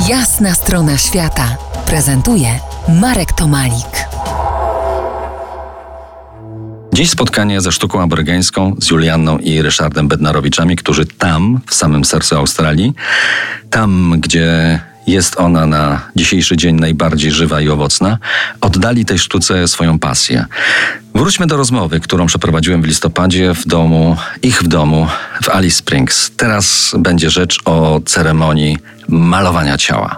Jasna strona świata prezentuje Marek Tomalik. Dziś spotkanie ze sztuką aborygeńską, z Julianną i Ryszardem Bednarowiczami, którzy tam, w samym sercu Australii, tam, gdzie jest ona na dzisiejszy dzień najbardziej żywa i owocna, oddali tej sztuce swoją pasję. Wróćmy do rozmowy, którą przeprowadziłem w listopadzie w domu w Alice Springs. Teraz będzie rzecz o ceremonii malowania ciała.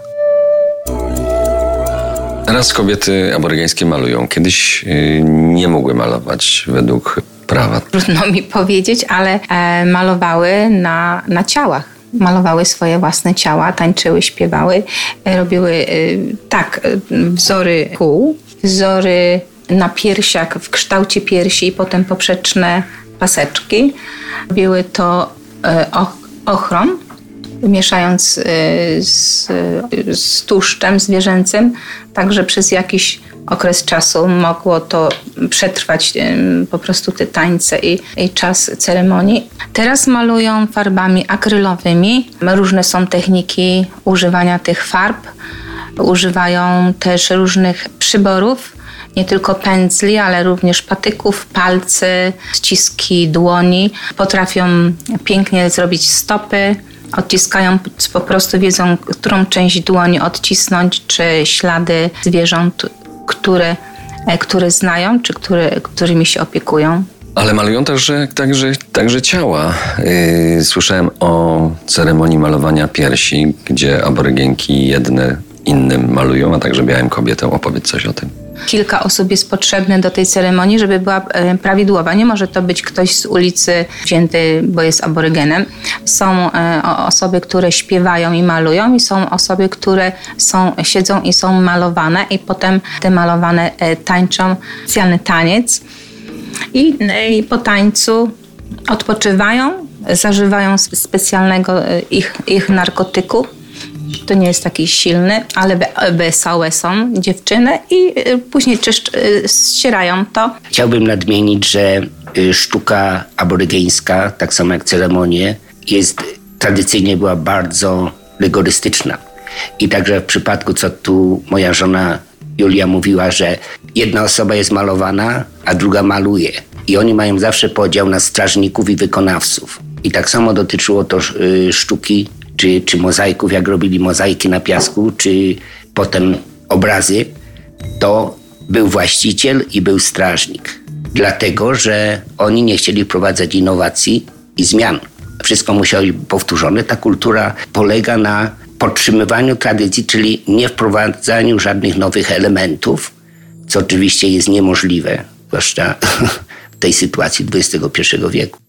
Teraz kobiety aborygeńskie malują. Kiedyś nie mogły malować według prawa. Trudno mi powiedzieć, ale malowały na ciałach. Malowały swoje własne ciała, tańczyły, śpiewały, robiły wzory kół, wzory na piersiach w kształcie piersi i potem poprzeczne paseczki. Robiły to ochron, mieszając z tłuszczem zwierzęcym, także przez jakiś okres czasu mogło to przetrwać po prostu te tańce i czas ceremonii. Teraz malują farbami akrylowymi. Różne są techniki używania tych farb. Używają też różnych przyborów, nie tylko pędzli, ale również patyków, palcy, ściski dłoni. Potrafią pięknie zrobić stopy. Odciskają, po prostu wiedzą, którą część dłoni odcisnąć, czy ślady zwierząt, które znają, czy którymi się opiekują. Ale malują także ciała. Słyszałem o ceremonii malowania piersi, gdzie aborygenki jedne innym malują, a także białym kobietom. Opowiedz coś o tym. Kilka osób jest potrzebne do tej ceremonii, żeby była prawidłowa. Nie może to być ktoś z ulicy wzięty, bo jest aborygenem. Są osoby, które śpiewają i malują i są osoby, które siedzą i są malowane i potem te malowane tańczą specjalny taniec i po tańcu odpoczywają, zażywają specjalnego ich narkotyku. To nie jest taki silny, ale wesołe są dziewczyny i później ścierają to. Chciałbym nadmienić, że sztuka aborygeńska, tak samo jak ceremonie, tradycyjnie była bardzo rygorystyczna. I także w przypadku, co tu moja żona Julia mówiła, że jedna osoba jest malowana, a druga maluje. I oni mają zawsze podział na strażników i wykonawców. I tak samo dotyczyło to sztuki czy mozaików, jak robili mozaiki na piasku, czy potem obrazy, to był właściciel i był strażnik. Dlatego, że oni nie chcieli wprowadzać innowacji i zmian. Wszystko musiało być powtórzone. Ta kultura polega na podtrzymywaniu tradycji, czyli nie wprowadzaniu żadnych nowych elementów, co oczywiście jest niemożliwe, zwłaszcza w tej sytuacji XXI wieku.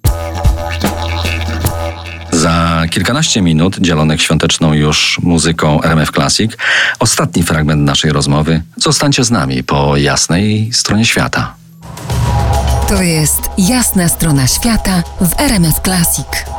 Za kilkanaście minut, dzielonych świąteczną już muzyką RMF Classic, ostatni fragment naszej rozmowy. Zostańcie z nami po jasnej stronie świata. To jest Jasna strona świata w RMF Classic.